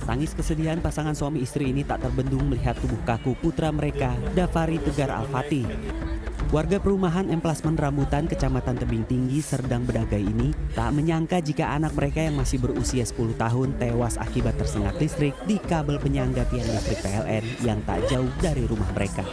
Tangis kesedihan pasangan suami istri ini tak terbendung melihat tubuh kaku putra mereka, Davari Tegar Al-Fatih. Warga perumahan Emplasmen Rambutan, Kecamatan Tebing Tinggi, Serdang Bedagai ini tak menyangka jika anak mereka yang masih berusia 10 tahun tewas akibat tersengat listrik di kabel penyangga tiang listrik PLN yang tak jauh dari rumah mereka.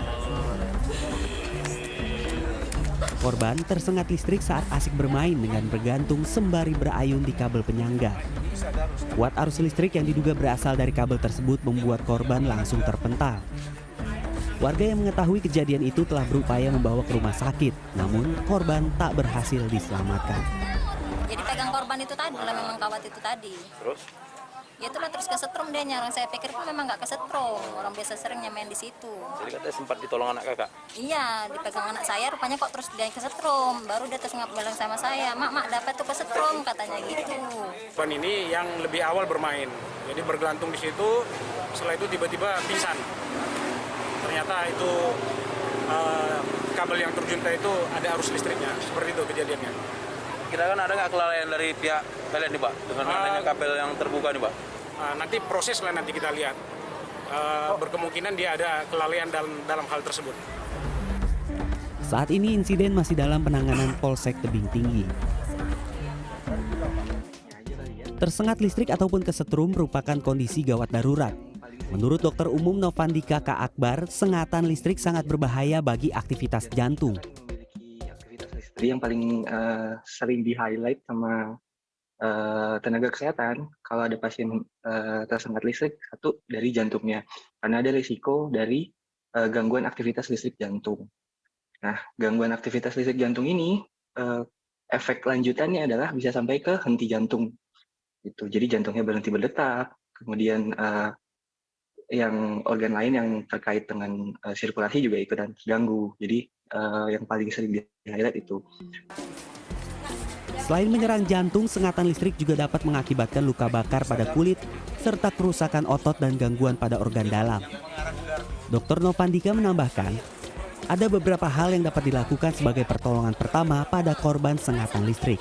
Korban tersengat listrik saat asik bermain dengan bergantung sembari berayun di kabel penyangga. Kuat arus listrik yang diduga berasal dari kabel tersebut membuat korban langsung terpental. Warga yang mengetahui kejadian itu telah berupaya membawa ke rumah sakit, namun korban tak berhasil diselamatkan. Jadi pegang korban itu tadi lah, memang kawat itu tadi. Terus? Ya itulah terus kesetrum dia nyarang. Saya pikir pun memang nggak kesetrum, orang biasa seringnya main di situ. Jadi katanya sempat ditolong anak kakak? Iya, dipegang anak saya, rupanya kok terus dia kesetrum. Baru dia terus bilang sama saya, mak dapat tuh kesetrum, katanya gitu. Korban ini yang lebih awal bermain, jadi bergelantung di situ, setelah itu tiba-tiba pingsan. Ternyata itu kabel yang terjunta itu ada arus listriknya, seperti itu kejadiannya. Kira-kira ada nggak kelalaian dari pihak kalian nih Pak, dengan adanya kabel yang terbuka nih Pak? Nanti proses lah nanti kita lihat, berkemungkinan dia ada kelalaian dalam hal tersebut. Saat ini insiden masih dalam penanganan Polsek Tebing Tinggi. Tersengat listrik ataupun kesetrum merupakan kondisi gawat darurat. Menurut Dokter Umum Novandika K. Akbar, sengatan listrik sangat berbahaya bagi aktivitas jantung. Memiliki aktivitas listrik yang paling sering di-highlight sama tenaga kesehatan kalau ada pasien tersengat listrik, satu dari jantungnya, karena ada risiko dari gangguan aktivitas listrik jantung. Nah, gangguan aktivitas listrik jantung ini efek lanjutannya adalah bisa sampai ke henti jantung. Gitu. Jadi jantungnya berhenti berdetak, kemudian yang organ lain yang terkait dengan sirkulasi juga ikutan terganggu. Jadi yang paling sering di-highlight itu. Selain menyerang jantung, sengatan listrik juga dapat mengakibatkan luka bakar pada kulit, serta kerusakan otot dan gangguan pada organ dalam. Dr. Novandika menambahkan, ada beberapa hal yang dapat dilakukan sebagai pertolongan pertama pada korban sengatan listrik.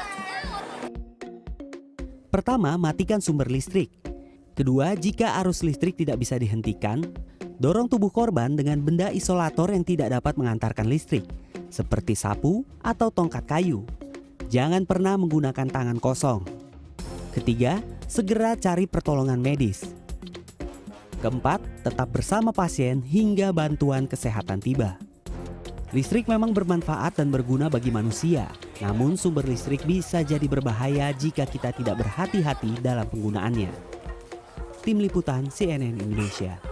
Pertama, matikan sumber listrik. Kedua, jika arus listrik tidak bisa dihentikan, dorong tubuh korban dengan benda isolator yang tidak dapat mengantarkan listrik, seperti sapu atau tongkat kayu. Jangan pernah menggunakan tangan kosong. Ketiga, segera cari pertolongan medis. Keempat, tetap bersama pasien hingga bantuan kesehatan tiba. Listrik memang bermanfaat dan berguna bagi manusia, namun sumber listrik bisa jadi berbahaya jika kita tidak berhati-hati dalam penggunaannya. Tim Liputan CNN Indonesia.